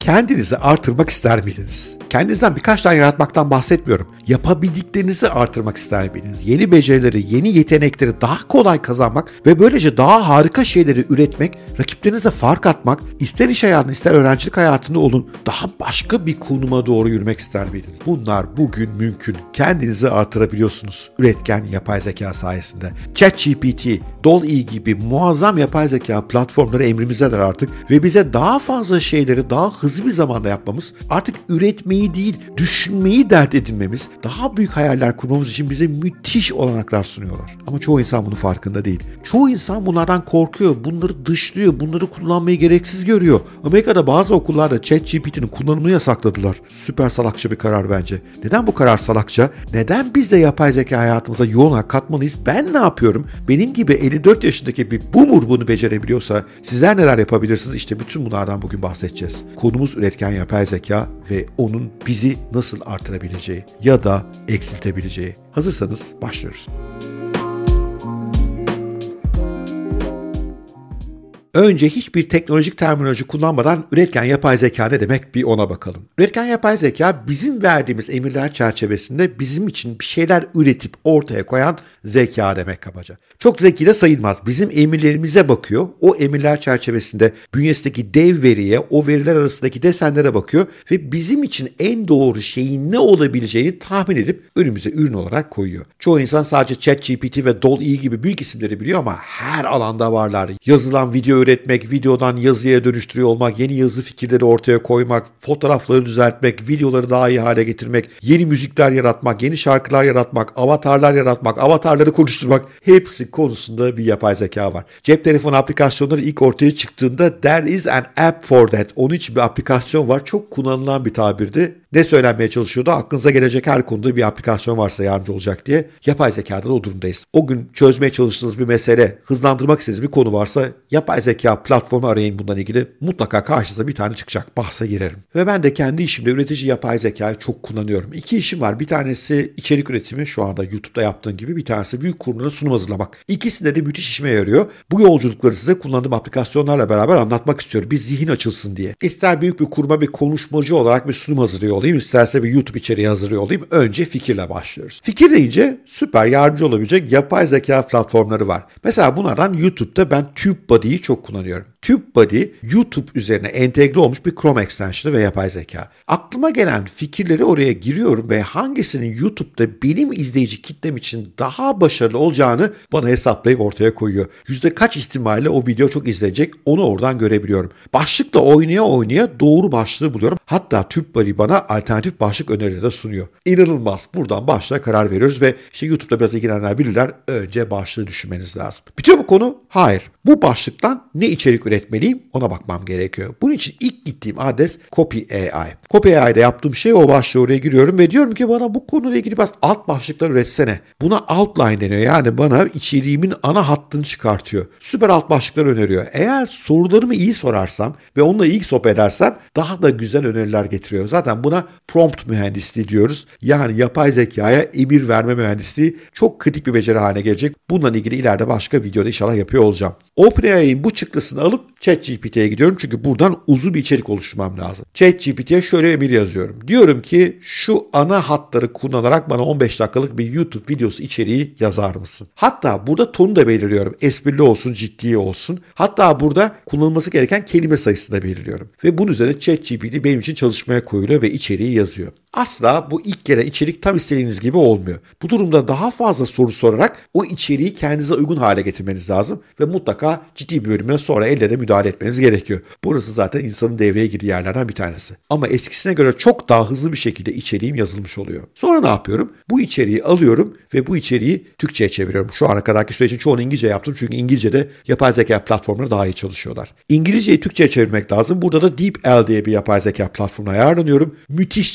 kendinizi artırmak ister miydiniz? Kendinizden birkaç tane yaratmaktan bahsetmiyorum. Yapabildiklerinizi artırmak ister miydiniz? Yeni becerileri, yeni yetenekleri daha kolay kazanmak ve böylece daha harika şeyleri üretmek, rakiplerinize fark atmak, ister iş hayatında ister öğrencilik hayatında olun, daha başka bir konuma doğru yürümek ister miydiniz? Bunlar bugün mümkün. Kendinizi artırabiliyorsunuz üretken yapay zeka sayesinde. ChatGPT, DALL-E gibi muazzam yapay zeka platformları emrimizdeler artık ve bize daha fazla şeyleri daha hızlı bir zamanda yapmamız, artık üretmeyi değil, düşünmeyi dert edinmemiz, daha büyük hayaller kurmamız için bize müthiş olanaklar sunuyorlar. Ama çoğu insan bunun farkında değil. Çoğu insan bunlardan korkuyor, bunları dışlıyor, bunları kullanmayı gereksiz görüyor. Amerika'da bazı okullarda ChatGPT'nin kullanımını yasakladılar. Süper salakça bir karar bence. Neden bu karar salakça? Neden biz de yapay zeka hayatımıza yoğun olarak katmalıyız? Ben ne yapıyorum? Benim gibi 54 yaşındaki bir boomer bunu becerebiliyorsa sizler neler yapabilirsiniz? İşte bütün bunlardan bugün bahsedeceğiz. Konumuz üretken yapay zeka ve onun bizi nasıl artırabileceği ya da eksiltebileceği. Hazırsanız başlıyoruz. Önce hiçbir teknolojik terminoloji kullanmadan üretken yapay zeka ne demek bir ona bakalım. Üretken yapay zeka bizim verdiğimiz emirler çerçevesinde bizim için bir şeyler üretip ortaya koyan zeka demek kabaca. Çok zeki de sayılmaz. Bizim emirlerimize bakıyor. O emirler çerçevesinde bünyesindeki dev veriye, o veriler arasındaki desenlere bakıyor ve bizim için en doğru şeyin ne olabileceğini tahmin edip önümüze ürün olarak koyuyor. Çoğu insan sadece ChatGPT ve DALL-E gibi büyük isimleri biliyor ama her alanda varlar. Yazılan video üretmek, videodan yazıya dönüştürüyor olmak, yeni yazı fikirleri ortaya koymak, fotoğrafları düzeltmek, videoları daha iyi hale getirmek, yeni müzikler yaratmak, yeni şarkılar yaratmak, avatarlar yaratmak, avatarları konuşturmak, hepsi konusunda bir yapay zeka var. Cep telefonu aplikasyonları ilk ortaya çıktığında there is an app for that. Onun için bir aplikasyon var. Çok kullanılan bir tabirdi. Ne söylenmeye çalışıyordu? Aklınıza gelecek her konuda bir aplikasyon varsa yardımcı olacak diye. Yapay zekada da o durumdayız. O gün çözmeye çalıştığınız bir mesele, hızlandırmak istediğiniz bir konu varsa yapay zeka platformu arayın bundan ilgili. Mutlaka karşınıza bir tane çıkacak. Bahse girerim. Ve ben de kendi işimde üretici yapay zekayı çok kullanıyorum. 2 işim var. Bir tanesi içerik üretimi, şu anda YouTube'da yaptığım gibi. Bir tanesi büyük kurumlara sunum hazırlamak. İkisinde de müthiş işime yarıyor. Bu yolculukları size kullandığım aplikasyonlarla beraber anlatmak istiyorum. Bir zihin açılsın diye. İster büyük bir kuruma bir konuşmacı olarak bir sunum hazırlıyor olayım, isterse bir YouTube içeriği hazırlıyor olayım. Önce fikirle başlıyoruz. Fikir deyince süper yardımcı olabilecek yapay zeka platformları var. Mesela bunlardan YouTube'da ben TubeBuddy'yi çok kullanıyorum. TubeBuddy, YouTube üzerine entegre olmuş bir Chrome extension'ı ve yapay zeka. Aklıma gelen fikirleri oraya giriyorum ve hangisinin YouTube'da benim izleyici kitlem için daha başarılı olacağını bana hesaplayıp ortaya koyuyor. Yüzde kaç ihtimalle o video çok izlenecek, onu oradan görebiliyorum. Başlıkla oynaya doğru başlığı buluyorum. Hatta TubeBuddy bana alternatif başlık önerileri de sunuyor. İnanılmaz. Buradan başlığa karar veriyoruz ve işte YouTube'da biraz ilgilenenler bilirler. Önce başlığı düşünmeniz lazım. Bitiyor mu konu? Hayır. Bu başlıktan ne içerik üretmeliyim ona bakmam gerekiyor. Bunun için ilk gittiğim adres Copy AI. Copy AI'de yaptığım şey o başlığı oraya giriyorum ve diyorum ki bana bu konuyla ilgili biraz alt başlıklar üretsene. Buna outline deniyor. Yani bana içeriğimin ana hattını çıkartıyor. Süper alt başlıklar öneriyor. Eğer sorularımı iyi sorarsam ve onunla ilk sohbet edersem daha da güzel öneriler getiriyor. Zaten buna prompt mühendisliği diyoruz. Yani yapay zekaya emir verme mühendisliği çok kritik bir beceri haline gelecek. Bununla ilgili ileride başka videoda inşallah yapıyor olacağım. OpenAI'nin bu çıktısını alıp ChatGPT'ye gidiyorum çünkü buradan uzun bir içerik oluşturmam lazım. ChatGPT'ye şöyle emir yazıyorum. Diyorum ki şu ana hatları kullanarak bana 15 dakikalık bir YouTube videosu içeriği yazar mısın? Hatta burada tonu da belirliyorum. Esprili olsun, ciddi olsun. Hatta burada kullanılması gereken kelime sayısını da belirliyorum. Ve bunun üzerine ChatGPT benim için çalışmaya koyuluyor ve içeriği yazıyor. Asla bu ilk gelen içerik tam istediğiniz gibi olmuyor. Bu durumda daha fazla soru sorarak o içeriği kendinize uygun hale getirmeniz lazım ve mutlaka ciddi bir bölümden sonra elle de müdahale etmeniz gerekiyor. Burası zaten insanın devreye girdiği yerlerden bir tanesi. Ama eskisine göre çok daha hızlı bir şekilde içeriğim yazılmış oluyor. Sonra ne yapıyorum? Bu içeriği alıyorum ve bu içeriği Türkçe'ye çeviriyorum. Şu ana kadarki sürecin çoğunu İngilizce yaptım çünkü İngilizce'de yapay zeka platformları daha iyi çalışıyorlar. İngilizceyi Türkçe'ye çevirmek lazım. Burada da DeepL diye bir yapay zeka platformuna ayarlanıyorum. Müthiş çeviriler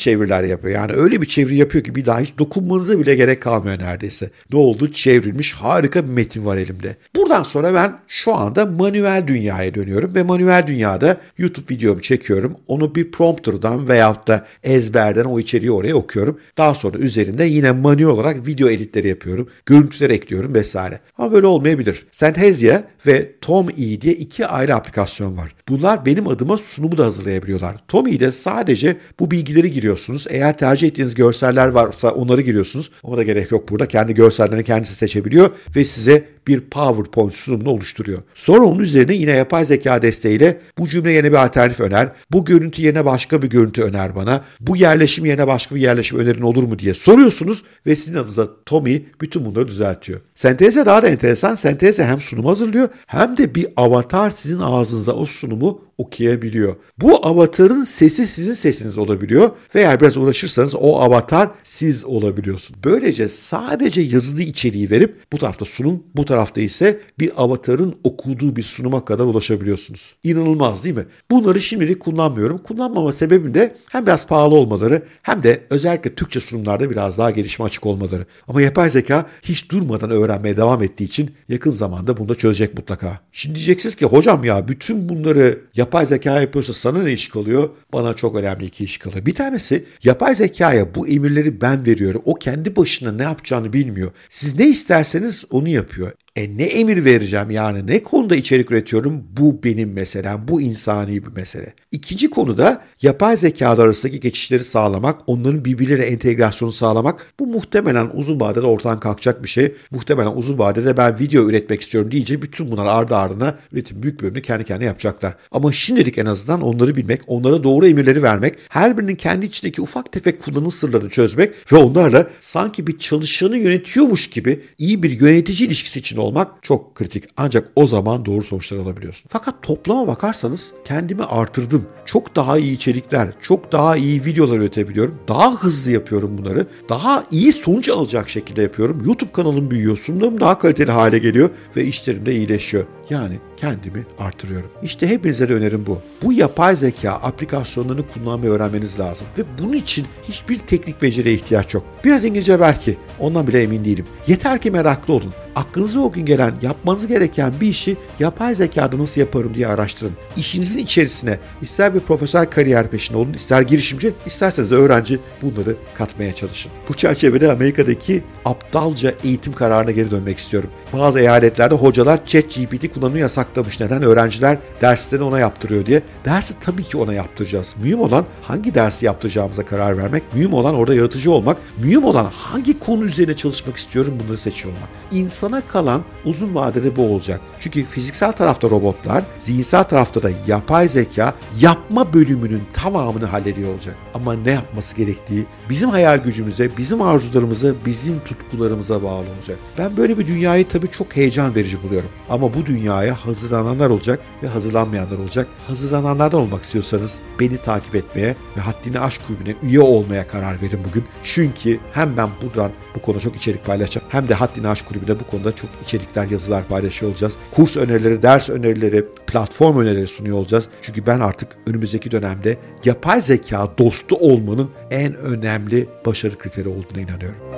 çeviriler yapıyor. Yani öyle bir çeviri yapıyor ki bir daha hiç dokunmanıza bile gerek kalmıyor neredeyse. Ne oldu? Çevrilmiş harika bir metin var elimde. Buradan sonra ben şu anda manuel dünyaya dönüyorum ve manuel dünyada YouTube videomu çekiyorum. Onu bir prompter'dan veyahut da ezberden o içeriği oraya okuyorum. Daha sonra üzerinde yine manuel olarak video editleri yapıyorum. Görüntüler ekliyorum vesaire. Ama böyle olmayabilir. Synthesia ve Tom-E diye iki ayrı aplikasyon var. Bunlar benim adıma sunumu da hazırlayabiliyorlar. Tom-E'de sadece bu bilgileri giriyorsunuz. Eğer tercih ettiğiniz görseller varsa onları giriyorsunuz. Ona da gerek yok burada. Kendi görsellerini kendisi seçebiliyor ve size bir PowerPoint sunumunu oluşturuyor. Sonra onun üzerine yine yapay zeka desteğiyle bu cümle yerine bir alternatif öner, bu görüntü yerine başka bir görüntü öner bana, bu yerleşim yerine başka bir yerleşim önerin olur mu diye soruyorsunuz ve sizin adınıza Tom-E bütün bunları düzeltiyor. Synthesia daha da enteresan. Synthesia hem sunum hazırlıyor hem de bir avatar sizin ağzınıza o sunumu okuyabiliyor. Bu avatarın sesi sizin sesiniz olabiliyor ve eğer biraz uğraşırsanız o avatar siz olabiliyorsunuz. Böylece sadece yazılı içeriği verip bu tarafta sunum, bu tarafta ise bir avatarın okuduğu bir sunuma kadar ulaşabiliyorsunuz. İnanılmaz değil mi? Bunları şimdilik kullanmıyorum. Kullanmama sebebim de hem biraz pahalı olmaları hem de özellikle Türkçe sunumlarda biraz daha gelişime açık olmaları. Ama yapay zeka hiç durmadan öğrenmeye devam ettiği için yakın zamanda bunu da çözecek mutlaka. Şimdi diyeceksiniz ki hocam ya bütün bunları yapay zeka yapıyorsa sana ne iş kalıyor? Bana çok önemli iki iş kalıyor. Bir tanesi yapay zekaya bu emirleri ben veriyorum. O kendi başına ne yapacağını bilmiyor. Siz ne isterseniz onu yapıyor. Ne emir vereceğim yani ne konuda içerik üretiyorum bu benim meselem, bu insani bir mesele. İkinci konu da yapay zekalar arasındaki geçişleri sağlamak, onların birbirleriyle entegrasyonu sağlamak. Bu muhtemelen uzun vadede ortadan kalkacak bir şey. Muhtemelen uzun vadede ben video üretmek istiyorum deyince bütün bunlar ardı ardına üretim büyük bölümünü kendi kendine yapacaklar. Ama şimdilik en azından onları bilmek, onlara doğru emirleri vermek, her birinin kendi içindeki ufak tefek kullanım sırlarını çözmek ve onlarla sanki bir çalışanı yönetiyormuş gibi iyi bir yönetici ilişkisi için olmak çok kritik. Ancak o zaman doğru sonuçlar alabiliyorsun. Fakat toplama bakarsanız kendimi artırdım. Çok daha iyi içerikler, çok daha iyi videolar üretebiliyorum. Daha hızlı yapıyorum bunları. Daha iyi sonuç alacak şekilde yapıyorum. YouTube kanalım büyüyor, sunumum daha kaliteli hale geliyor ve işlerim de iyileşiyor. Yani kendimi artırıyorum. İşte hepinize de önerim bu. Bu yapay zeka aplikasyonlarını kullanmayı öğrenmeniz lazım. Ve bunun için hiçbir teknik beceriye ihtiyaç yok. Biraz İngilizce belki. Ondan bile emin değilim. Yeter ki meraklı olun. Aklınıza o gün gelen, yapmanız gereken bir işi yapay zekada nasıl yaparım diye araştırın. İşinizin içerisine ister bir profesyonel kariyer peşinde olun, ister girişimci, isterseniz de öğrenci bunları katmaya çalışın. Bu çerçevede Amerika'daki aptalca eğitim kararına geri dönmek istiyorum. Bazı eyaletlerde hocalar ChatGPT kullanımını yasaklamış. Neden? Öğrenciler derslerini ona yaptırıyor diye. Dersi tabii ki ona yaptıracağız. Mühim olan hangi dersi yaptıracağımıza karar vermek. Mühim olan orada yaratıcı olmak. Mühim olan hangi konu üzerine çalışmak istiyorum bunları seçiyor olmak. İnsana kalan uzun vadede bu olacak. Çünkü fiziksel tarafta robotlar, zihinsel tarafta da yapay zeka yapma bölümünün tamamını hallediyor olacak. Ama ne yapması gerektiği bizim hayal gücümüze, bizim arzularımıza, bizim tutkularımıza bağlı olacak. Ben böyle bir dünyayı tabii çok heyecan verici buluyorum. Ama bu dünyaya hazırlananlar olacak ve hazırlanmayanlar olacak. Hazırlananlardan olmak istiyorsanız beni takip etmeye ve Haddini Aşk Kulübü'ne üye olmaya karar verin bugün. Çünkü hem ben buradan bu konuda çok içerik paylaşacağım hem de Haddini Aşk Kulübü'ne bu konuda çok içerikler, yazılar paylaşıyor olacağız. Kurs önerileri, ders önerileri, platform önerileri sunuyor olacağız. Çünkü ben artık önümüzdeki dönemde yapay zeka dostu olmanın en önemli başarı kriteri olduğuna inanıyorum.